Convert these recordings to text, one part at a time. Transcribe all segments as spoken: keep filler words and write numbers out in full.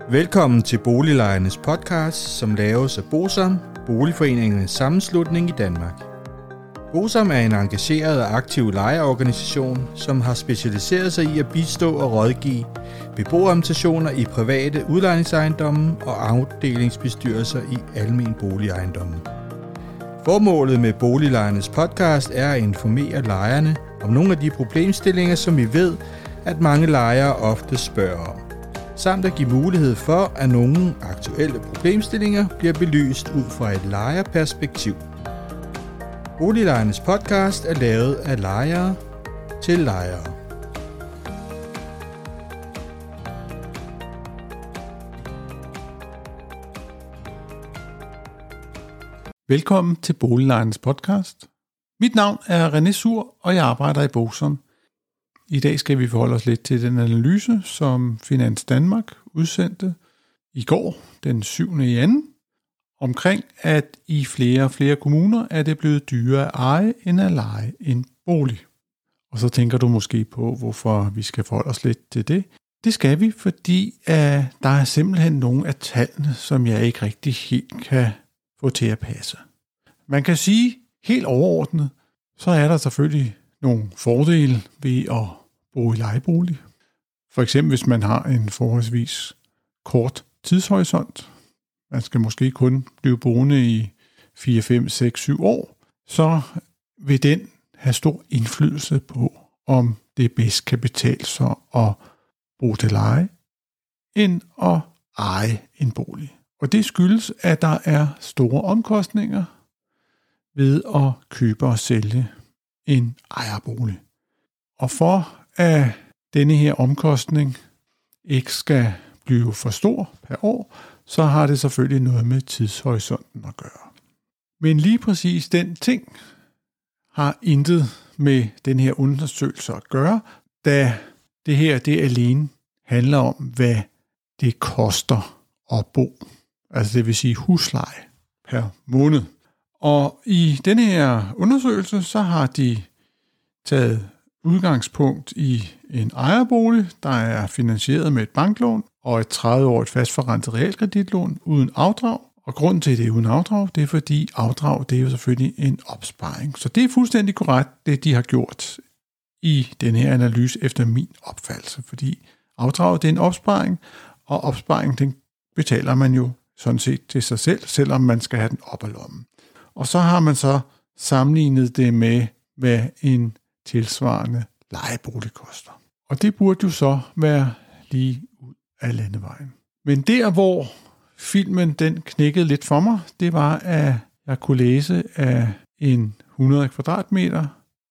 Velkommen til Boliglejernes podcast, som laves af BOSAM, Boligforeningernes Sammenslutning i Danmark. BOSAM er en engageret og aktiv lejerorganisation, som har specialiseret sig i at bistå og rådgive beboerrepræsentationer i private udlejningsejendomme og afdelingsbestyrelser i almen boligejendomme. Formålet med Boliglejernes podcast er at informere lejerne om nogle af de problemstillinger, som vi ved, at mange lejere ofte spørger om, samt at give mulighed for, at nogle aktuelle problemstillinger bliver belyst ud fra et lejerperspektiv. Boliglejernes podcast er lavet af lejere til lejere. Velkommen til Boliglejernes podcast. Mit navn er René Sur, og jeg arbejder i BOSAM. I dag skal vi forholde os lidt til den analyse, som Finans Danmark udsendte i går, den syvende i anden, omkring at i flere og flere kommuner er det blevet dyrere at eje end at leje en bolig. Og så tænker du måske på, hvorfor vi skal forholde os lidt til det. Det skal vi, fordi at der er simpelthen nogle af tallene, som jeg ikke rigtig helt kan få til at passe. Man kan sige helt overordnet, så er der selvfølgelig nogle fordele ved at bo i lejebolig. For eksempel hvis man har en forholdsvis kort tidshorisont. Man skal måske kun blive boende i fire, fem, seks, syv år. Så vil den have stor indflydelse på, om det bedst kan betale sig at bo til leje, end at eje en bolig. Og det skyldes, at der er store omkostninger ved at købe og sælge en ejerbolig. Og for at denne her omkostning ikke skal blive for stor per år, så har det selvfølgelig noget med tidshorisonten at gøre. Men lige præcis den ting har intet med den her undersøgelse at gøre, da det her det alene handler om, hvad det koster at bo. Altså det vil sige husleje per måned. Og i denne her undersøgelse, så har de taget udgangspunkt i en ejerbolig, der er finansieret med et banklån og et tredive-årigt fastforrentet realkreditlån uden afdrag. Og grunden til, at det er uden afdrag, det er fordi afdrag, det er jo selvfølgelig en opsparing. Så det er fuldstændig korrekt, det de har gjort i den her analyse efter min opfattelse. Fordi afdrag, det er en opsparing, og opsparing, den betaler man jo sådan set til sig selv, selvom man skal have den op ad lommen. Og så har man så sammenlignet det med, hvad en tilsvarende lejebolig koster. Og det burde jo så være lige ud af landevejen. Men der, hvor filmen den knækkede lidt for mig, det var, at jeg kunne læse, at en hundrede kvadratmeter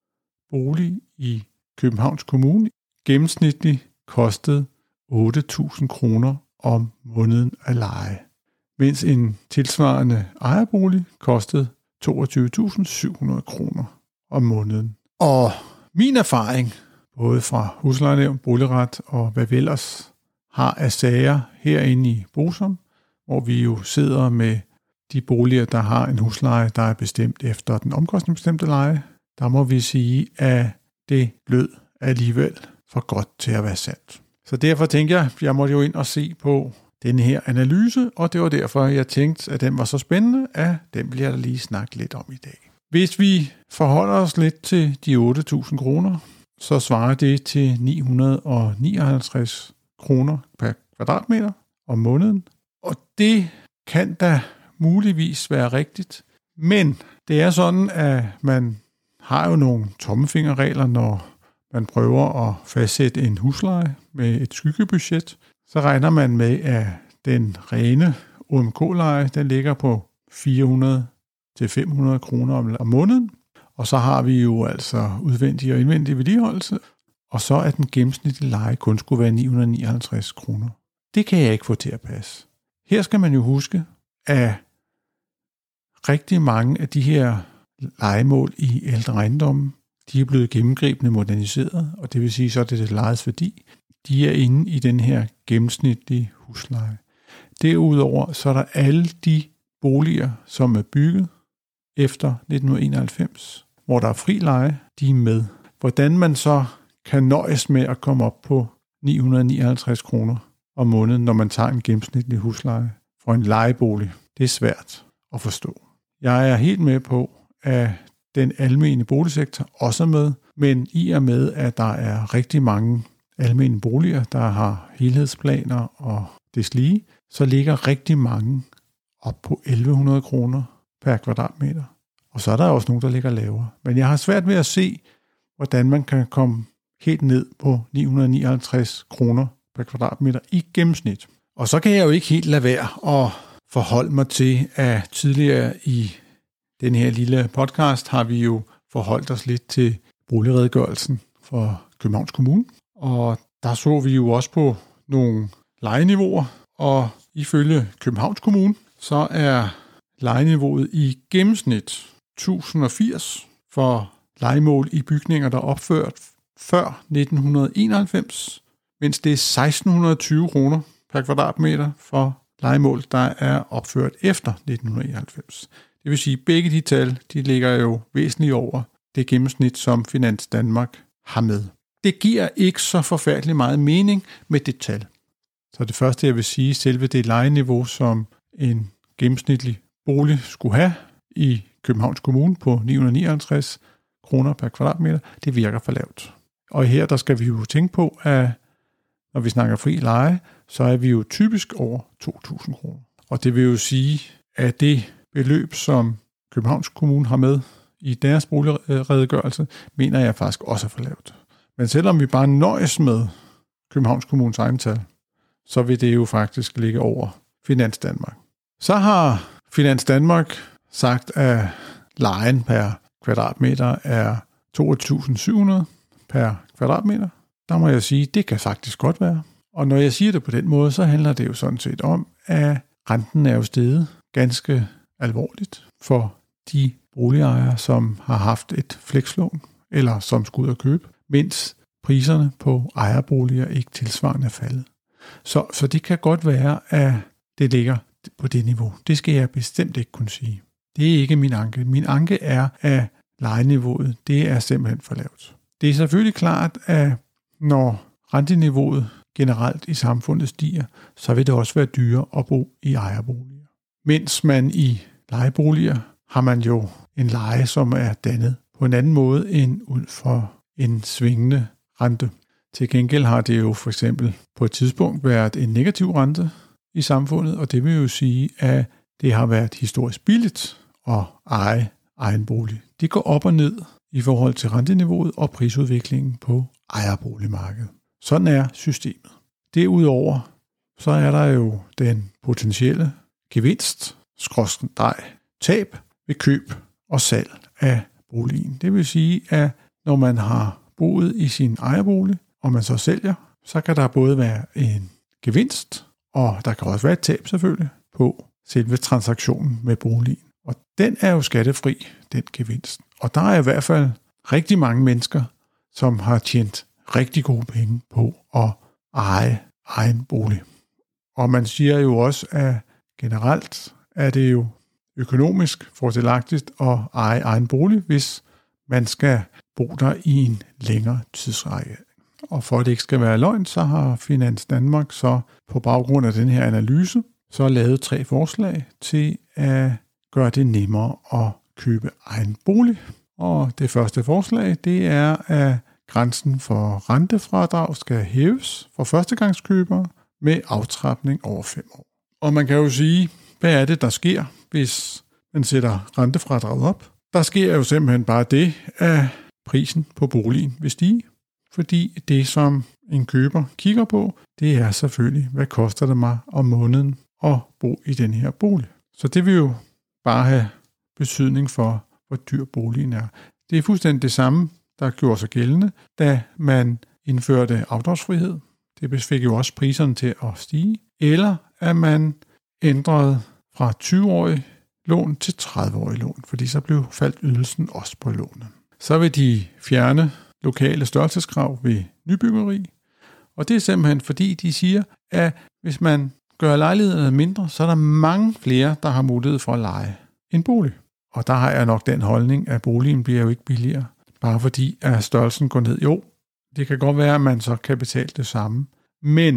bolig i Københavns Kommune gennemsnitligt kostede otte tusind kroner om måneden at leje, mens en tilsvarende ejerbolig kostede toogtyve tusind syv hundrede kroner om måneden. Og min erfaring, både fra huslejenævn, boligret og hvad vi ellers har af sager herinde i BOSAM, hvor vi jo sidder med de boliger, der har en husleje, der er bestemt efter den omkostningsbestemte leje, der må vi sige, at det lød alligevel for godt til at være sandt. Så derfor tænker jeg, at jeg måtte jo ind og se på den her analyse, og det var derfor, jeg tænkte, at den var så spændende, at den vil jeg da lige snakke lidt om i dag. Hvis vi forholder os lidt til de otte tusind kroner, så svarer det til ni hundrede nioghalvtreds kroner per kvadratmeter om måneden. Og det kan da muligvis være rigtigt, men det er sådan, at man har jo nogle tommefingerregler, når man prøver at fastsætte en husleje med et skyggebudget. Så regner man med, at den rene O M K-leje, den ligger på fire hundrede til fem hundrede kroner om måneden. Og så har vi jo altså udvendig og indvendig vedligeholdelse. Og så er den gennemsnitlige leje kun skulle være ni hundrede nioghalvtreds kroner. Det kan jeg ikke få til at passe. Her skal man jo huske, at rigtig mange af de her lejemål i ældre ejendomme, de er blevet gennemgribende moderniseret, og det vil sige, så er det det lejedes værdi. De er inde i den her gennemsnitlige husleje. Derudover så er der alle de boliger, som er bygget efter nitten enoghalvfems, hvor der er fri leje, de er med. Hvordan man så kan nøjes med at komme op på ni hundrede nioghalvtreds kroner, om måneden, når man tager en gennemsnitlig husleje for en lejebolig. Det er svært at forstå. Jeg er helt med på, at den almene boligsektor også er med, men i og med, at der er rigtig mange almene boliger, der har helhedsplaner og deslige, så ligger rigtig mange op på elleve hundrede kroner per kvadratmeter. Og så er der også nogen, der ligger lavere. Men jeg har svært ved at se, hvordan man kan komme helt ned på ni hundrede nioghalvtreds kroner per kvadratmeter i gennemsnit. Og så kan jeg jo ikke helt lade være at forholde mig til, at tidligere i den her lille podcast har vi jo forholdt os lidt til boligredegørelsen for Københavns Kommune. Og der så vi jo også på nogle lejeniveauer, og ifølge Københavns Kommune, så er lejeniveauet i gennemsnit tusind og firs for lejemål i bygninger, der er opført før nitten enoghalvfems, mens det er seksten tyve kroner per kvadratmeter for lejemål, der er opført efter nitten enoghalvfems. Det vil sige, at begge de tal, de ligger jo væsentligt over det gennemsnit, som Finans Danmark har med. Det giver ikke så forfærdeligt meget mening med det tal. Så det første, jeg vil sige, selve det lejeniveau, som en gennemsnitlig bolig skulle have i Københavns Kommune på ni hundrede nioghalvtreds kroner per kvadratmeter, det virker for lavt. Og her der skal vi jo tænke på, at når vi snakker fri leje, så er vi jo typisk over to tusind kroner. Og det vil jo sige, at det beløb, som Københavns Kommune har med i deres boligredegørelse, mener jeg faktisk også er for lavt. Men selvom vi bare nøjes med Københavns Kommunes egen tal, så vil det jo faktisk ligge over Finans Danmark. Så har Finans Danmark sagt, at lejen per kvadratmeter er to tusind syv hundrede per kvadratmeter. Der må jeg sige, det kan faktisk godt være. Og når jeg siger det på den måde, så handler det jo sådan set om, at renten er jo steget ganske alvorligt for de boligejere, som har haft et flekslån, eller som skulle ud og købe, mens priserne på ejerboliger ikke tilsvarende er faldet. Så, så det kan godt være, at det ligger på det niveau. Det skal jeg bestemt ikke kunne sige. Det er ikke min anke. Min anke er, at lejeniveauet, det er simpelthen for lavt. Det er selvfølgelig klart, at når renteniveauet generelt i samfundet stiger, så vil det også være dyrere at bo i ejerboliger. Mens man i lejeboliger har man jo en leje, som er dannet på en anden måde end ud for en svingende rente. Til gengæld har det jo for eksempel på et tidspunkt været en negativ rente i samfundet, og det vil jo sige, at det har været historisk billigt at eje egen bolig. Det går op og ned i forhold til renteniveauet og prisudviklingen på ejerboligmarkedet. Sådan er systemet. Derudover så er der jo den potentielle gevinst, skråstreg, tab ved køb og salg af boligen. Det vil sige, at når man har boet i sin ejerbolig, og man så sælger, så kan der både være en gevinst, og der kan også være et tab selvfølgelig på selve transaktionen med boligen. Og den er jo skattefri, den gevinst. Og der er i hvert fald rigtig mange mennesker, som har tjent rigtig gode penge på at eje egen bolig. Og man siger jo også, at generelt er det jo økonomisk fordelagtigt at eje egen bolig, hvis man skal bo der i en længere tidsrække. Og for at det ikke skal være løgn, så har Finans Danmark så på baggrund af den her analyse, så lavet tre forslag til at gøre det nemmere at købe egen bolig. Og det første forslag, det er, at grænsen for rentefradrag skal hæves for førstegangskøbere med aftrapning over fem år. Og man kan jo sige, hvad er det, der sker, hvis man sætter rentefradraget op? Der sker jo simpelthen bare det, at prisen på boligen vil stige. Fordi det, som en køber kigger på, det er selvfølgelig, hvad koster det mig om måneden at bo i den her bolig. Så det vil jo bare have betydning for, hvor dyr boligen er. Det er fuldstændig det samme, der gjorde sig gældende, da man indførte afdragsfrihed. Det fik jo også priserne til at stige. Eller at man ændrede fra tyve-årig lån til tredive-årig lån, fordi så blev faldt ydelsen også på lånet. Så vil de fjerne lokale størrelseskrav ved nybyggeri, og det er simpelthen fordi, de siger, at hvis man gør lejlighederne mindre, så er der mange flere, der har mulighed for at leje en bolig. Og der har jeg nok den holdning, at boligen bliver jo ikke billigere, bare fordi at størrelsen går ned. Jo, det kan godt være, at man så kan betale det samme, men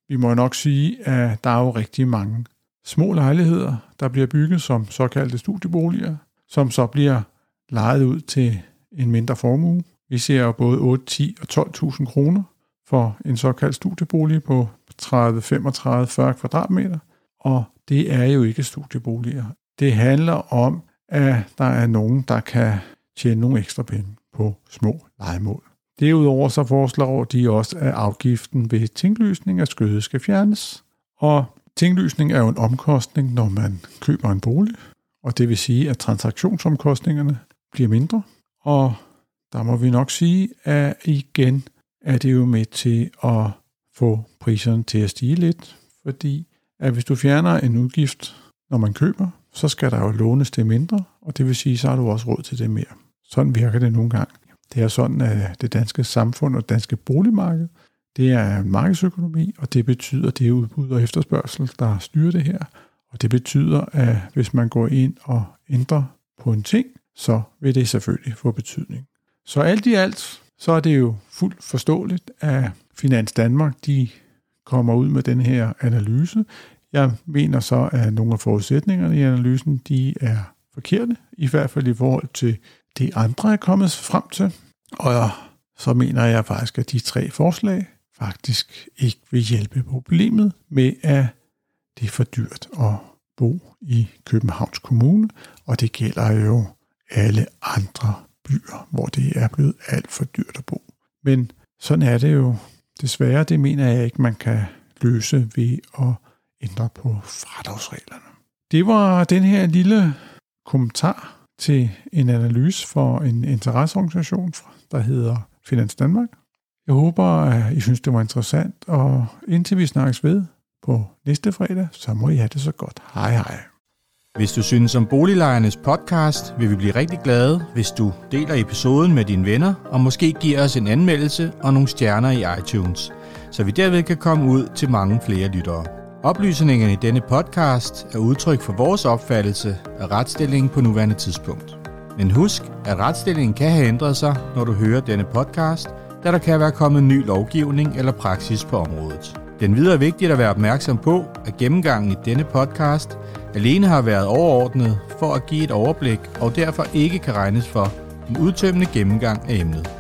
vi må nok sige, at der er jo rigtig mange små lejligheder, der bliver bygget som såkaldte studieboliger, som så bliver lejet ud til en mindre formue. Vi ser jo både otte, ti og tolv tusind kroner for en såkaldt studiebolig på tredive, femogtredive, fyrre kvadratmeter, og det er jo ikke studieboliger. Det handler om, at der er nogen, der kan tjene nogle ekstra penge på små lejemål. Derudover så foreslår de også, at afgiften ved tinglysning af skøde skal fjernes. Og tinglysning er jo en omkostning, når man køber en bolig, og det vil sige, at transaktionsomkostningerne bliver mindre. Og der må vi nok sige, at igen er det jo med til at få priserne til at stige lidt, fordi at hvis du fjerner en udgift, når man køber, så skal der jo lånes det mindre, og det vil sige, så har du også råd til det mere. Sådan virker det nogle gange. Det er sådan, at det danske samfund og det danske boligmarked, det er en markedsøkonomi, og det betyder, at det er udbud og efterspørgsel, der styrer det her. Og det betyder, at hvis man går ind og ændrer på en ting, så vil det selvfølgelig få betydning. Så alt i alt, så er det jo fuldt forståeligt, at Finans Danmark, de kommer ud med den her analyse. Jeg mener så, at nogle af forudsætningerne i analysen, de er forkerte, i hvert fald i forhold til det andre er kommet frem til. Og så mener jeg faktisk, at de tre forslag faktisk ikke vil hjælpe problemet med, at det er for dyrt at bo i Københavns Kommune, og det gælder jo alle andre byer, hvor det er blevet alt for dyrt at bo. Men sådan er det jo desværre, det mener jeg ikke, man kan løse ved at ændre på fradragsreglerne. Det var den her lille kommentar til en analyse for en interesseorganisation, der hedder Finans Danmark. Jeg håber, at I synes, det var interessant, og indtil vi snakkes ved på næste fredag, så må I have det så godt. Hej hej. Hvis du synes om Boliglejernes podcast, vil vi blive rigtig glade, hvis du deler episoden med dine venner, og måske giver os en anmeldelse og nogle stjerner i iTunes, så vi derved kan komme ud til mange flere lyttere. Oplysningerne i denne podcast er udtryk for vores opfattelse af retsstillingen på nuværende tidspunkt. Men husk, at retsstillingen kan have ændret sig, når du hører denne podcast, da der kan være kommet ny lovgivning eller praksis på området. Den videre er vigtigt at være opmærksom på, at gennemgangen i denne podcast alene har været overordnet for at give et overblik og derfor ikke kan regnes for en udtømmende gennemgang af emnet.